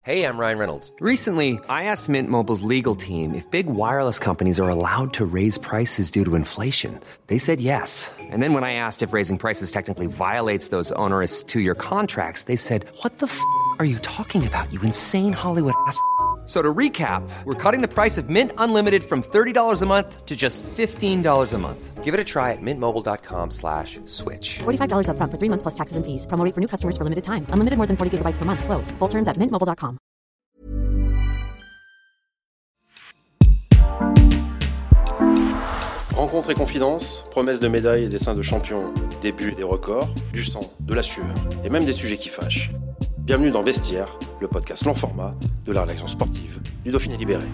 Hey, I'm Ryan Reynolds. Recently, I asked Mint Mobile's legal team if big wireless companies are allowed to raise prices due to inflation. They said yes. And then when I asked if raising prices technically violates those onerous two-year contracts, they said, "What the f*** are you talking about, you insane Hollywood ass?" So to recap, we're cutting the price of Mint Unlimited from $30 a month to just $15 a month. Give it a try at mintmobile.com/switch. $45 up front for 3 months plus taxes and fees. Promo rate for new customers for limited time. Unlimited more than 40 gigabytes per month. Slows full terms at mintmobile.com. Rencontres et confidences, promesses de médailles et dessins de champions, débuts et des records, du sang, de la sueur et même des sujets qui fâchent. Bienvenue dans Vestiaire, le podcast long format de la rédaction sportive du Dauphiné Libéré.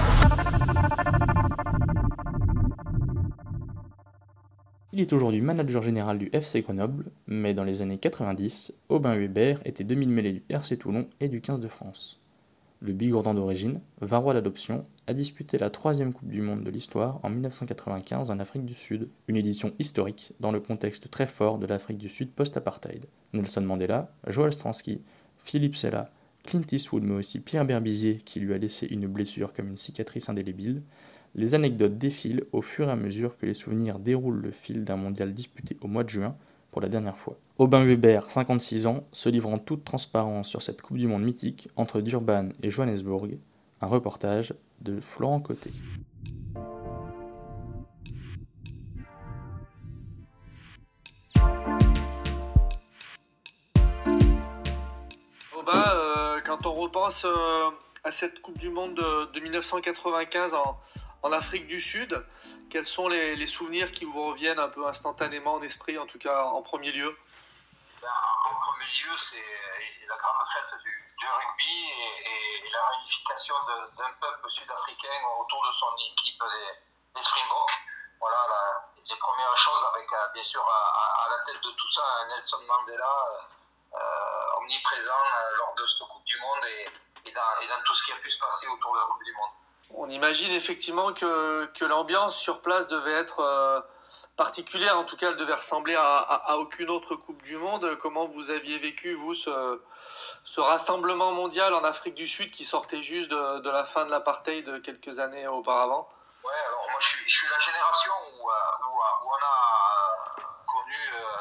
Il est aujourd'hui manager général du FC Grenoble, mais dans les années 90, Aubin Hubert était demi-mêlée du RC Toulon et du 15 de France. Le Bigourdan d'origine, Varois d'adoption, a disputé la 3e Coupe du Monde de l'histoire en 1995 en Afrique du Sud, une édition historique dans le contexte très fort de l'Afrique du Sud post-apartheid. Nelson Mandela, Joël Stransky, Philippe Sella, Clint Eastwood mais aussi Pierre Berbizier qui lui a laissé une blessure comme une cicatrice indélébile, les anecdotes défilent au fur et à mesure que les souvenirs déroulent le fil d'un mondial disputé au mois de juin pour la dernière fois. Aubin Hubert, 56 ans, se livre en toute transparence sur cette Coupe du Monde mythique entre Durban et Johannesburg, un reportage de Florent Côté. Quand on repense à cette Coupe du Monde de 1995 en Afrique du Sud, quels sont les souvenirs qui vous reviennent un peu instantanément en esprit, en tout cas en premier lieu? En premier lieu, c'est la grande fête du rugby et la réunification d'un peuple sud-africain autour de son équipe des Springboks. Voilà les premières choses avec bien sûr à la tête de tout ça Nelson Mandela omniprésent lors de cette Coupe du Monde et dans tout ce qui a pu se passer autour de la Coupe du Monde. On imagine effectivement que l'ambiance sur place devait être particulière, en tout cas elle devait ressembler à aucune autre Coupe du Monde. Comment vous aviez vécu, vous, ce rassemblement mondial en Afrique du Sud qui sortait juste de la fin de l'apartheid quelques années auparavant? Ouais, alors moi je suis la génération où on a connu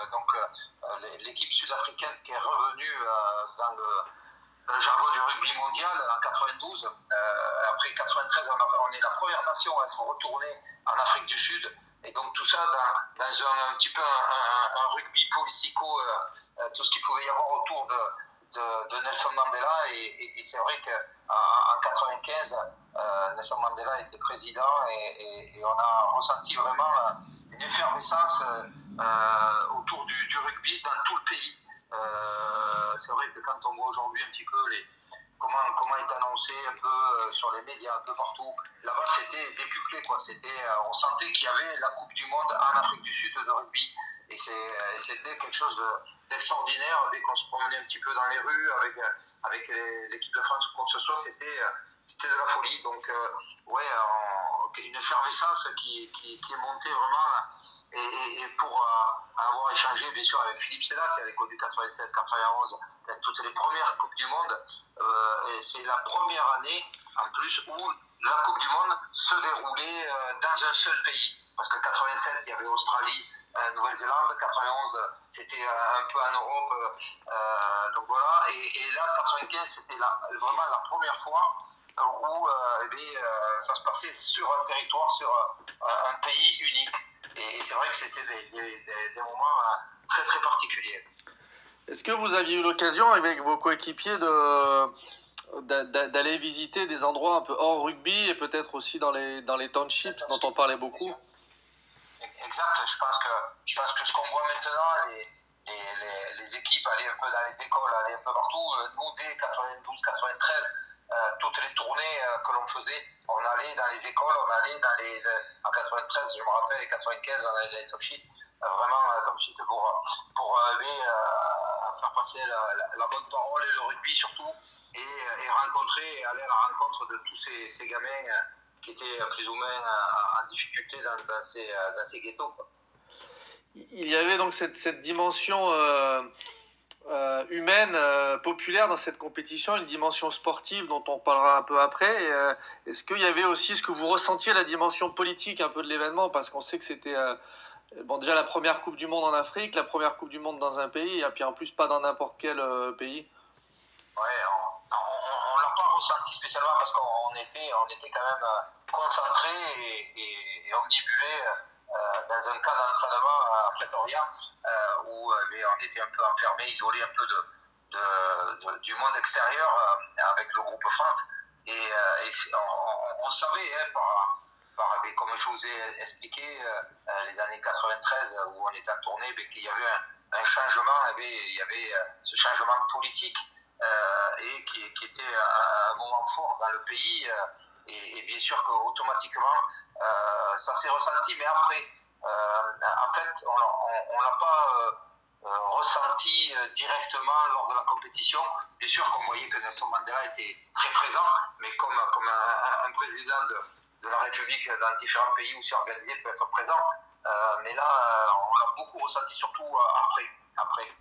l'équipe sud-africaine qui est revenue dans le jargon du rugby mondial en 92. Après 93, on est la première nation à être retournée en Afrique du Sud. Et donc tout ça dans un petit peu un rugby politico, tout ce qu'il pouvait y avoir autour de Nelson Mandela. Et c'est vrai qu'en 95, Nelson Mandela était président et on a ressenti vraiment une effervescence autour du rugby dans tout le pays. C'est vrai que quand on voit aujourd'hui un petit peu comment est annoncé un peu sur les médias, un peu partout, là-bas c'était décuplé, quoi. On sentait qu'il y avait la Coupe du Monde en Afrique du Sud de rugby et c'était quelque chose d'extraordinaire. Dès qu'on se promenait un petit peu dans les rues avec l'équipe de France ou quoi que ce soit, c'était de la folie. Donc une effervescence qui est montée vraiment. Et pour avoir échangé bien sûr avec Philippe Sella qui avait connu 87, 91, toutes les premières Coupes du Monde, et c'est la première année en plus où la Coupe du Monde se déroulait dans un seul pays. Parce que 87 il y avait Australie, Nouvelle-Zélande, 91 c'était un peu en Europe, donc voilà, et là 95 c'était vraiment la première fois où ça se passait sur un territoire, sur un pays unique. Et c'est vrai que c'était des moments très très particuliers. Est-ce que vous aviez eu l'occasion avec vos coéquipiers d'aller visiter des endroits un peu hors rugby et peut-être aussi dans les townships dont on parlait beaucoup? Exact, je pense que ce qu'on voit maintenant, les équipes aller un peu dans les écoles, aller un peu partout, nous dès 92-93, toutes les tournées que l'on faisait, on allait dans les écoles, en 93, je me rappelle, et 95, on allait dans les top sheets, vraiment comme sheet pour faire passer la bonne parole et le rugby surtout, et rencontrer, aller à la rencontre de tous ces gamins qui étaient plus ou moins en difficulté dans ces ghettos, quoi. Il y avait donc cette dimension humaine, populaire dans cette compétition, une dimension sportive dont on parlera un peu après. Est-ce qu'il y avait aussi, est-ce que vous ressentiez la dimension politique un peu de l'événement, parce qu'on sait que c'était déjà la première Coupe du Monde en Afrique, la première Coupe du Monde dans un pays, et puis en plus pas dans n'importe quel pays. Ouais, on l'a pas ressenti spécialement parce qu'on était quand même concentrés et omnibulés dans un cadre d'entraînement à Pretoria où on était un peu enfermés, isolés un peu du monde extérieur avec le groupe France et on savait comme je vous ai expliqué les années 93 où on était en tournée, qu'il y avait un changement, il y avait ce changement politique et qui était un moment fort dans le pays et bien sûr qu'automatiquement ça s'est ressenti, mais après en fait on l'a pas ressenti directement lors de la compétition. Bien sûr qu'on voyait que Nelson Mandela était très présent, mais comme un président de la République dans différents pays où c'est organisé peut être présent, mais là on l'a beaucoup ressenti, surtout après.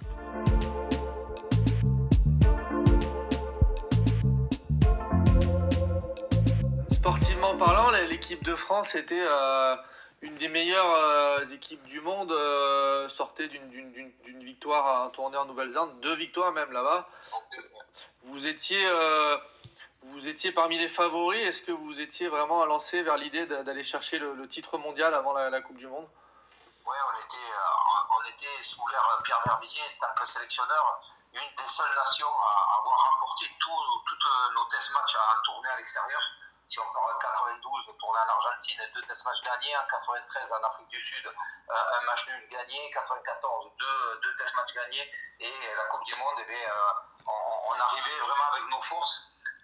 Sportivement parlant, l'équipe de France était une des meilleures équipes du monde, sortait d'une victoire à un tournée en Nouvelle-Zélande, 2 victoires même là-bas. Vous étiez parmi les favoris. Est-ce que vous étiez vraiment lancé vers l'idée d'aller chercher le titre mondial avant la Coupe du Monde? Oui, on était sous l'ère Pierre Verbizier en tant que sélectionneur, une des seules nations à avoir remporté toutes nos test matchs en tournée à l'extérieur. Si on parle de 92, tournée en Argentine, 2 test matchs gagnés, en 93 en Afrique du Sud, un match nul gagné, 94, 2 test matchs gagnés, et la Coupe du Monde, on arrivait vraiment avec nos forces.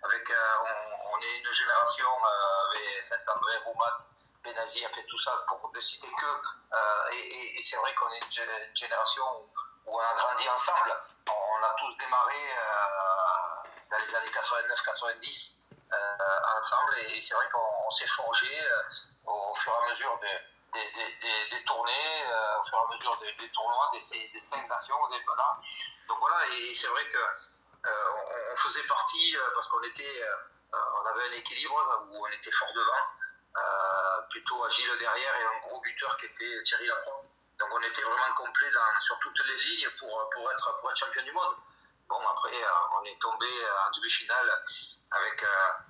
On est une génération avec Saint-André, Roumat, Benazi a fait tout ça pour ne citer que. Et c'est vrai qu'on est une génération où on a grandi ensemble. On a tous démarré dans les années 89-90 ensemble et c'est vrai qu'on s'est forgé au fur et à mesure des tournées, au fur et à mesure des tournois, des 5 nations. Donc voilà, et c'est vrai que on faisait partie parce qu'on avait un équilibre où on était fort devant, plutôt agile derrière et un gros buteur qui était Thierry Lacroix. Donc on était vraiment complet sur toutes les lignes pour être champion du monde. Bon, après on est tombé en demi-finale avec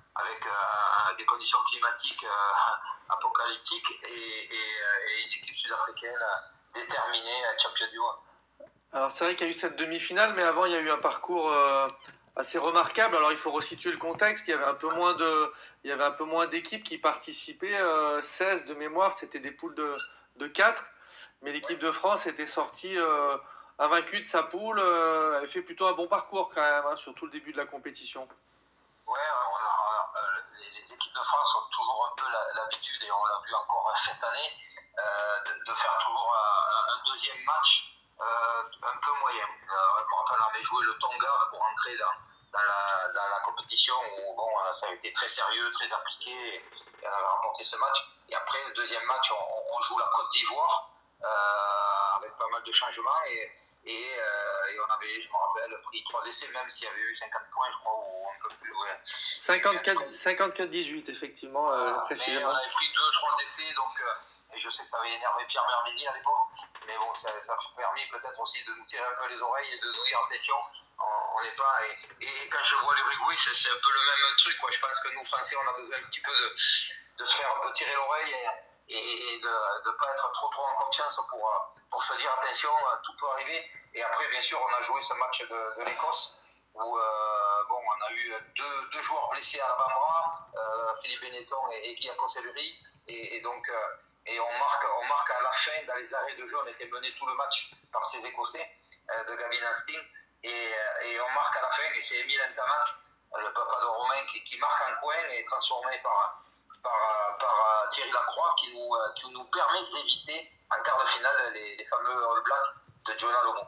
des conditions climatiques apocalyptiques et une équipe sud-africaine déterminée à être championne du monde. Alors c'est vrai qu'il y a eu cette demi-finale, mais avant il y a eu un parcours assez remarquable. Alors il faut resituer le contexte. Il y avait un peu moins d'équipes qui participaient, 16 de mémoire, c'était des poules de 4. Mais l'équipe de France était sortie invaincue de sa poule, avait fait plutôt un bon parcours quand même, sur tout le début de la compétition. Ouais, les équipes de France ont toujours un peu l'habitude, et on l'a vu encore cette année, de faire toujours un deuxième match un peu moyen. Je me rappelle, on avait joué le Tonga pour entrer dans la compétition où ça a été très sérieux, très appliqué, et on avait remporté ce match. Et après, le deuxième match, on joue la Côte d'Ivoire avec pas mal de changements et on avait, je me rappelle, pris 3 essais, même s'il y avait eu 50 points, je crois, ou un peu plus. Ouais. 54-18, effectivement, précisément. Mais on avait pris 2-3 essais, donc et je sais que ça avait énervé Pierre Verbizier à l'époque, mais bon, ça a permis peut-être aussi de nous tirer un peu les oreilles et de nous dire attention, on n'est pas. Et quand je vois l'Uruguay, c'est un peu le même truc, quoi. Je pense que nous, Français, on a besoin un petit peu de se faire un peu tirer l'oreille et de ne pas être trop en confiance pour se dire attention, tout peut arriver. Et après, bien sûr, on a joué ce match de l'Écosse où on a eu deux joueurs blessés à l'avant-bras, Philippe Benetton et Guy Acoseluri, et donc on marque à la fin, dans les arrêts de jeu. On était mené tout le match par ces Écossais de Gavin Hastings, et on marque à la fin, et c'est Emile Ntamak, le papa de Romain, qui marque un coin et est transformé par Thierry Lacroix, qui nous permet d'éviter en quart de finale les fameux All Blacks de Jonah Lomu.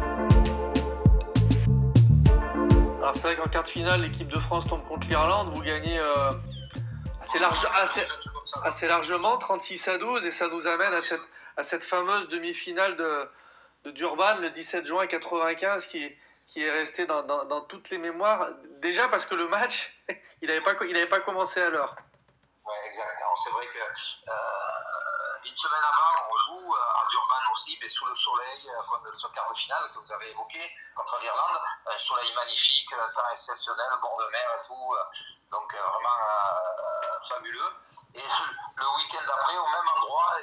Alors c'est vrai qu'en quart de finale, l'équipe de France tombe contre l'Irlande. Vous gagnez assez largement, 36-12, et ça nous amène à cette fameuse demi-finale de Durban le 17 juin 1995 qui qui est resté dans toutes les mémoires. Déjà parce que le match, il n'avait pas commencé à l'heure. Oui, exactement. C'est vrai que une semaine avant, on joue à Durban aussi, mais sous le soleil, comme ce quart de finale que vous avez évoqué contre l'Irlande. Un soleil magnifique, un temps exceptionnel, bord de mer et tout. Donc vraiment fabuleux. Et le week-end d'après, au même endroit,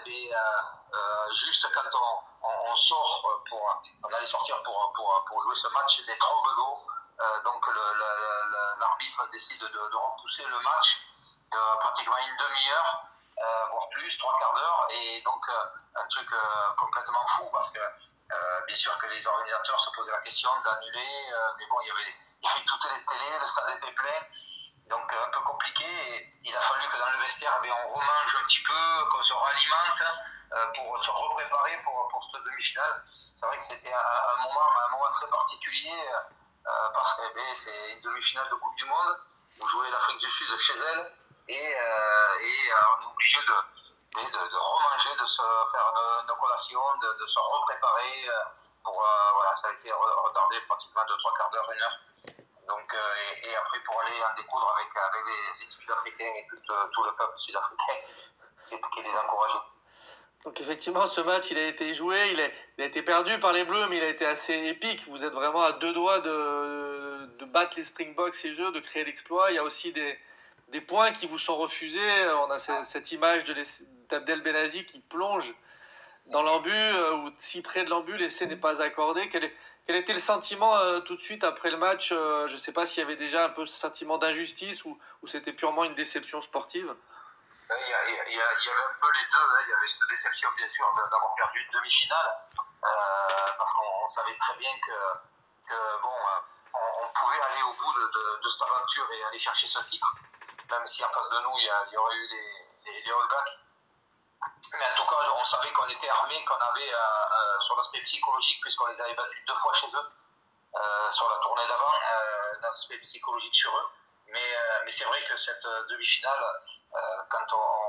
juste quand on sort on allait sortir pour jouer ce match des trombes d'eau. Donc l'arbitre décide de repousser le match pratiquement une demi-heure, voire plus, 3/4 d'heure, et donc un truc complètement fou parce que bien sûr que les organisateurs se posaient la question d'annuler, mais bon, il y avait toutes les télés, le stade était plein, donc un peu compliqué, et il a fallu que dans le vestiaire, on remange un petit peu, qu'on se réalimente pour se repréparer pour cette demi-finale. C'est vrai que c'était un moment très particulier parce que c'est une demi-finale de Coupe du Monde, où jouait l'Afrique du Sud chez elle, et on est obligé de remanger, de se faire une collation, de se repréparer voilà, ça a été retardé pratiquement de 3/4 d'heure, 1 heure. Donc, et après pour aller en découdre avec les Sud-Africains et tout le peuple sud-africain qui les encourageait. Donc effectivement, ce match, il a été joué, il a été perdu par les Bleus, mais il a été assez épique. Vous êtes vraiment à 2 doigts de battre les Springboks ces jeux, de créer l'exploit. Il y a aussi des points qui vous sont refusés. On a cette image d'Abdel Benazi qui plonge dans l'embu, ou si près de l'embu, l'essai n'est pas accordé. Quel était le sentiment tout de suite après le match? Je ne sais pas s'il y avait déjà un peu ce sentiment d'injustice ou c'était purement une déception sportive. Il y avait un peu les deux. Il y avait cette déception, bien sûr, d'avoir perdu une demi-finale, parce qu'on savait très bien que on pouvait aller au bout de cette aventure et aller chercher ce titre, même si en face de nous, il y aurait eu les All Blacks. Mais en tout cas, on savait qu'on était armés, qu'on avait sur l'aspect psychologique, puisqu'on les avait battus 2 fois chez eux, sur la tournée d'avant, l'aspect psychologique sur eux. Mais c'est vrai que cette demi-finale, quand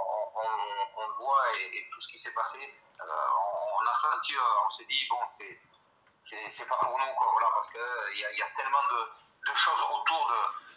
on le voit et tout ce qui s'est passé, on a senti, on s'est dit, bon, c'est pas pour nous, quoi, voilà, parce qu'il y a tellement de choses autour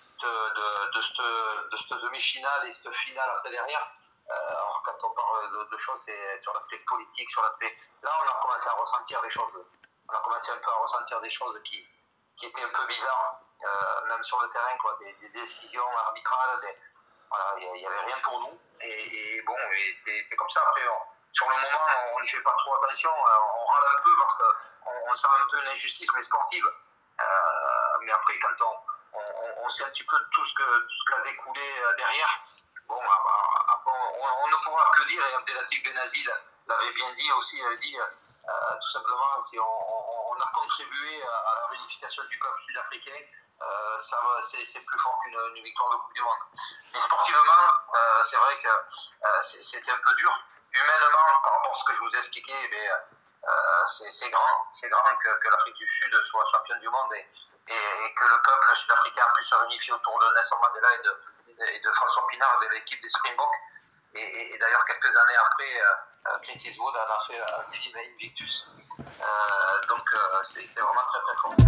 de cette demi-finale et cette finale après derrière. Alors quand on parle de choses, c'est sur l'aspect politique, sur l'aspect... Là, on a commencé à ressentir des choses. On a commencé un peu à ressentir des choses qui étaient un peu bizarres, même sur le terrain, quoi, des décisions arbitrales. Voilà, il n'y avait rien pour nous. Et bon, c'est comme ça. Après, sur le moment, on n'y fait pas trop attention. On râle un peu parce qu'on sent un peu une injustice, mais sportive. Mais après, quand on sait un petit peu tout ce qui a découlé derrière, bon, on ne pourra que dire, et Abdelatif Benazi l'avait bien dit aussi, il avait dit tout simplement, si on a contribué à la réunification du peuple sud-africain, c'est plus fort qu'une victoire de Coupe du Monde. Mais sportivement, c'est vrai que c'était un peu dur. Humainement, par rapport à ce que je vous ai expliqué, c'est grand que l'Afrique du Sud soit championne du monde et que le peuple sud-africain puisse se réunifier autour de Nelson Mandela et de François Pinard, de l'équipe des Springboks. Et d'ailleurs, quelques années après, Clint Eastwood en a fait un film Invictus. Donc, c'est vraiment très très fort.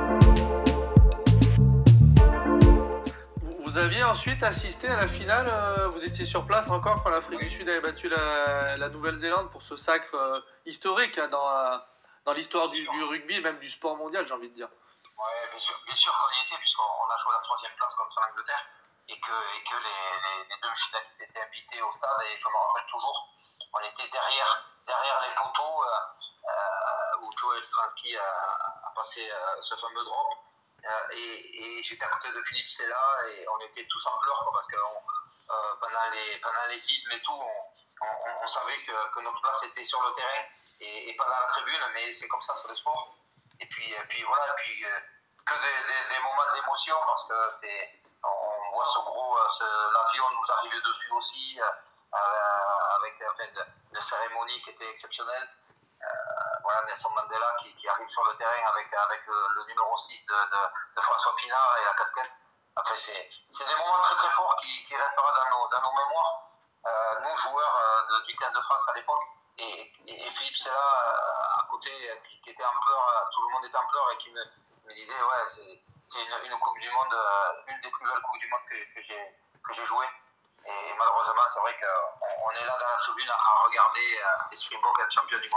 Vous aviez ensuite assisté à la finale, vous étiez sur place encore quand l'Afrique du Sud avait battu la Nouvelle-Zélande pour ce sacre historique dans l'histoire du rugby, même du sport mondial, j'ai envie de dire. Oui, bien sûr qu'on y était, puisqu'on a joué la 3e place contre l'Angleterre et que les demi-finalistes étaient invités au stade, et je me rappelle toujours, on était derrière les poteaux où Joel Stransky a passé ce fameux drop. Et j'étais à côté de Philippe Sella et on était tous en pleurs, parce que pendant les hymnes et tout, on savait que notre place était sur le terrain et pas dans la tribune, mais c'est comme ça, c'est le sport. Et puis voilà, que des moments d'émotion, parce que on voit l'avion nous arriver dessus aussi, avec une cérémonie qui était exceptionnelle. Voilà, Nelson Mandela qui arrive sur le terrain avec le numéro 6 de François Pinard et la casquette. Après, c'est des moments très très forts qui resteront dans nos mémoires. Nous, joueurs du 15 de France à l'époque, et Philippe Sella à côté, qui était en pleurs, tout le monde était en pleurs, et qui je me disais, ouais, c'est une Coupe du Monde, une des plus belles Coupes du Monde que j'ai jouées. Et malheureusement, c'est vrai qu'on est là dans la tribune à regarder les Springboks être champions du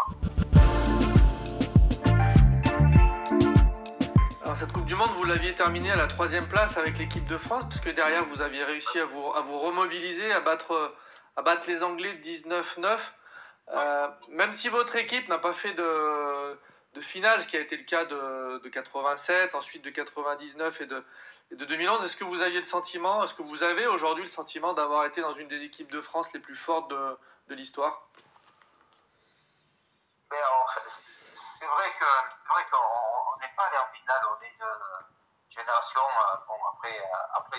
monde. Alors cette Coupe du Monde, vous l'aviez terminée à la 3e place avec l'équipe de France, parce que derrière, vous aviez réussi à vous remobiliser, à battre les Anglais 19-9. Même si votre équipe n'a pas fait de finale, ce qui a été le cas de 87, ensuite de 99 et de 2011, est-ce que vous avez aujourd'hui le sentiment d'avoir été dans une des équipes de France les plus fortes de l'histoire? C'est vrai qu'on n'est pas allé en finale, on est une génération, après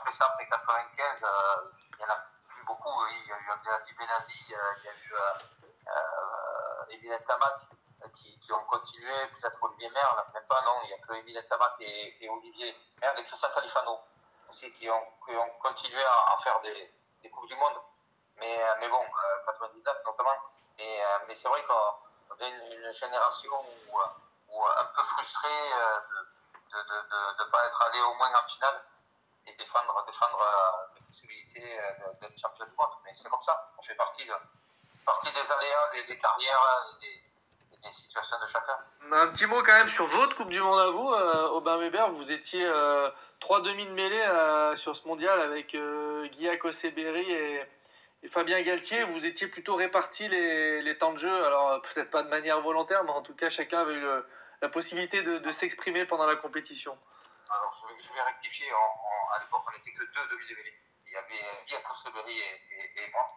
95, il y en a plus beaucoup, il y a eu Abdelhadi Benadi, il y a eu Émile Ntamak qui ont continué, peut-être Olivier Merle, même pas, non, il n'y a que Émile Ntamak et Olivier Merle et Christian Califano aussi qui ont continué à faire des Coupes du Monde. Mais bon, 99 notamment, mais c'est vrai qu'on est une génération où un peu frustrée de ne pas être allé au moins en finale et défendre les possibilités d'être champion du monde. Mais c'est comme ça, on fait partie des aléas, des carrières, des situations de chacun. Un petit mot quand même sur votre Coupe du Monde à vous, Aubin Weber. Vous étiez 3 demi de mêlée sur ce mondial avec Guy Akoseberi et Fabien Galtier. Vous étiez plutôt répartis les temps de jeu, alors peut-être pas de manière volontaire, mais en tout cas chacun avait eu la possibilité de s'exprimer pendant la compétition. Alors je vais rectifier, à l'époque on n'était que 2 demi de mêlée. Il y avait Guy Akoseberi et moi.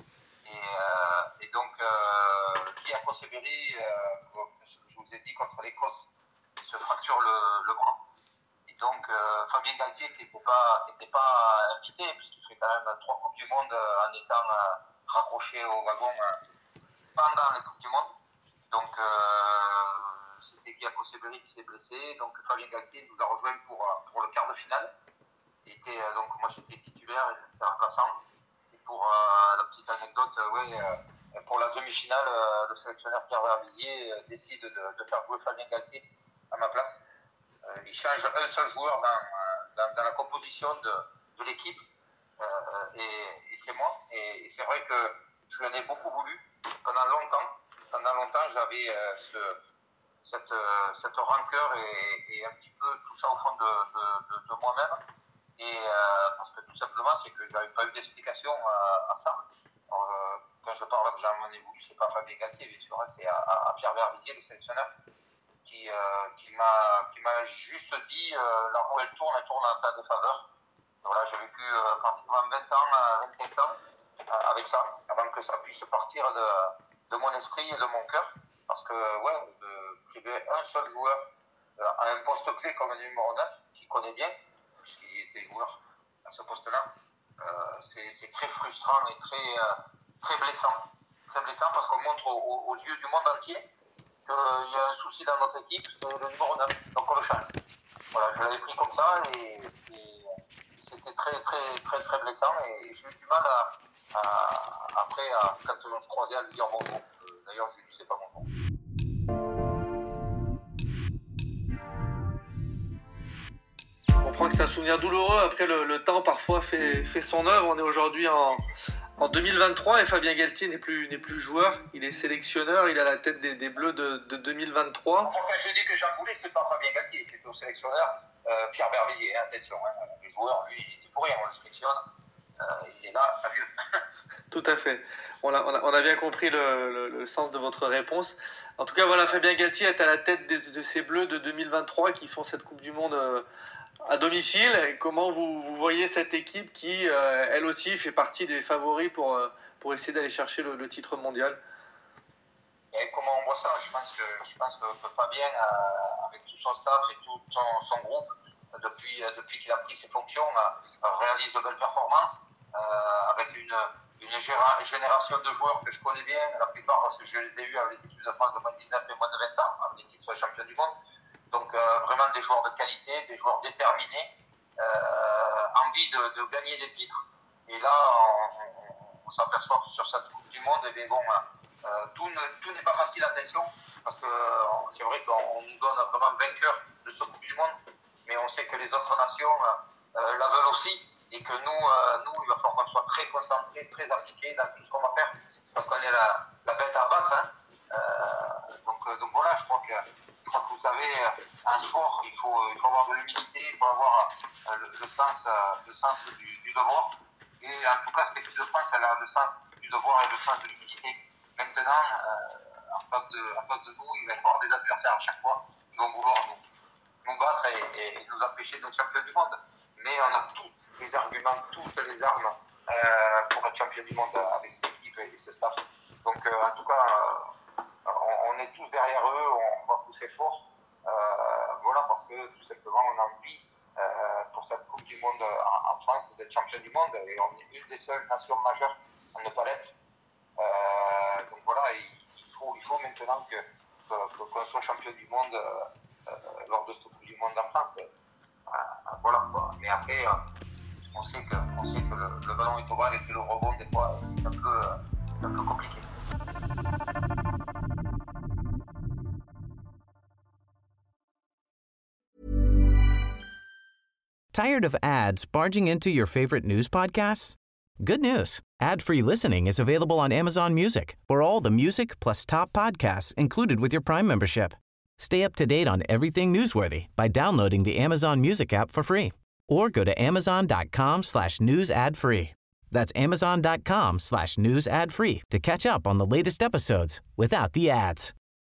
Et donc, Guy Akoseberi, je vous ai dit, contre l'Écosse, se fracture le bras. Et donc, Fabien Galtier n'était pas invité, puisqu'il fait quand même 3 Coupes du Monde en étant raccroché au wagon pendant les Coupes du Monde. Donc, c'était Guy Akoseberi qui s'est blessé. Donc, Fabien Galtier nous a rejoint pour le quart de finale. Donc, moi, j'étais titulaire et j'étais remplaçant. Pour la petite anecdote, pour la demi-finale, le sélectionneur Pierre Verbizier décide de faire jouer Fabien Galtier à ma place. Il change un seul joueur dans la composition de l'équipe, et c'est moi. Et c'est vrai que je l'en ai beaucoup voulu pendant longtemps. Pendant longtemps, j'avais cette rancœur et un petit peu tout ça au fond de moi-même. Et parce que tout simplement, c'est que je n'avais pas eu d'explication à ça. Quand je parle que j'en ai voulu, c'est pas Fabien Galtier, bien sûr, c'est à Pierre Verbizier, le sélectionneur, qui m'a juste dit la roue elle tourne en ta défaveur. Voilà, j'ai vécu pratiquement 20 ans, 25 ans avec ça, avant que ça puisse partir de mon esprit et de mon cœur. Parce que, qu'il y avait un seul joueur à un poste clé comme le numéro 9, qui connaît bien, puisqu'il était joueur à ce poste-là, c'est très frustrant et très blessant. Très blessant parce qu'on montre aux yeux du monde entier qu'il y a un souci dans notre équipe, c'est le numéro 9, donc on le change. Voilà, je l'avais pris comme ça et c'était très blessant et j'ai eu du mal après, quand on se croisait, à lui dire bonjour. D'ailleurs, je lui disais pas bonjour. On comprend que c'est un souvenir douloureux. Après, le temps parfois fait son œuvre. On est aujourd'hui en 2023 et Fabien Galtier n'est plus joueur. Il est sélectionneur. Il a la tête des Bleus de 2023. Quand je dis que j'en voulais, c'est pas Fabien Galtier, c'est au sélectionneur Pierre Verbizier. Attention, le joueur, lui, il était pour rien. On le sélectionne. Il est là, Fabien. Tout à fait. On a bien compris le sens de votre réponse. En tout cas, voilà, Fabien Galtier est à la tête de ces Bleus de 2023 qui font cette Coupe du Monde à domicile. Et comment vous voyez cette équipe qui, elle aussi, fait partie des favoris pour essayer d'aller chercher le titre mondial? Et comment on voit ça? Je pense que Fabien, avec tout son staff et tout son groupe, depuis qu'il a pris ses fonctions, réalise de belles performances avec une génération de joueurs que je connais bien, la plupart parce que je les ai eus avec les équipes de France de moins de 19 et moins de 20 ans, avec les titres champions du monde. Donc vraiment des joueurs de qualité, des joueurs déterminés, envie de gagner des titres. Et là, on s'aperçoit que sur cette Coupe du Monde, tout n'est pas facile, attention, parce que c'est vrai qu'on nous donne vraiment vainqueur de cette Coupe du Monde, mais on sait que les autres nations la veulent aussi, et que nous, il va falloir qu'on soit très concentrés, très appliqués dans tout ce qu'on va faire, parce qu'on est la bête à battre. Hein. Donc voilà, je crois que vous savez, en sport, il faut avoir de l'humilité, il faut avoir le sens du devoir. Et en tout cas, cette équipe de France, elle a le sens du devoir et le sens de l'humilité. Maintenant, en face de nous, il va y avoir des adversaires à chaque fois qui vont vouloir nous battre et nous empêcher d'être champion du monde. Mais on a tous les arguments, toutes les armes pour être champion du monde avec cette équipe et ce staff. Donc en tout cas, on est tous derrière eux, on va pousser fort. Voilà, parce que tout simplement, on a envie pour cette Coupe du Monde en France d'être champion du monde, et on est une des seules nations majeures à ne pas l'être. Donc voilà, il faut maintenant qu'on soit champion du monde lors de cette Coupe du Monde en France. Voilà quoi. Mais après, on sait que le ballon est ovale et que le rebond des fois est un peu compliqué. Tired of ads barging into your favorite news podcasts? Good news. Ad-free listening is available on Amazon Music for all the music plus top podcasts included with your Prime membership. Stay up to date on everything newsworthy by downloading the Amazon Music app for free or go to amazon.com/news ad free. That's amazon.com/news ad free to catch up on the latest episodes without the ads.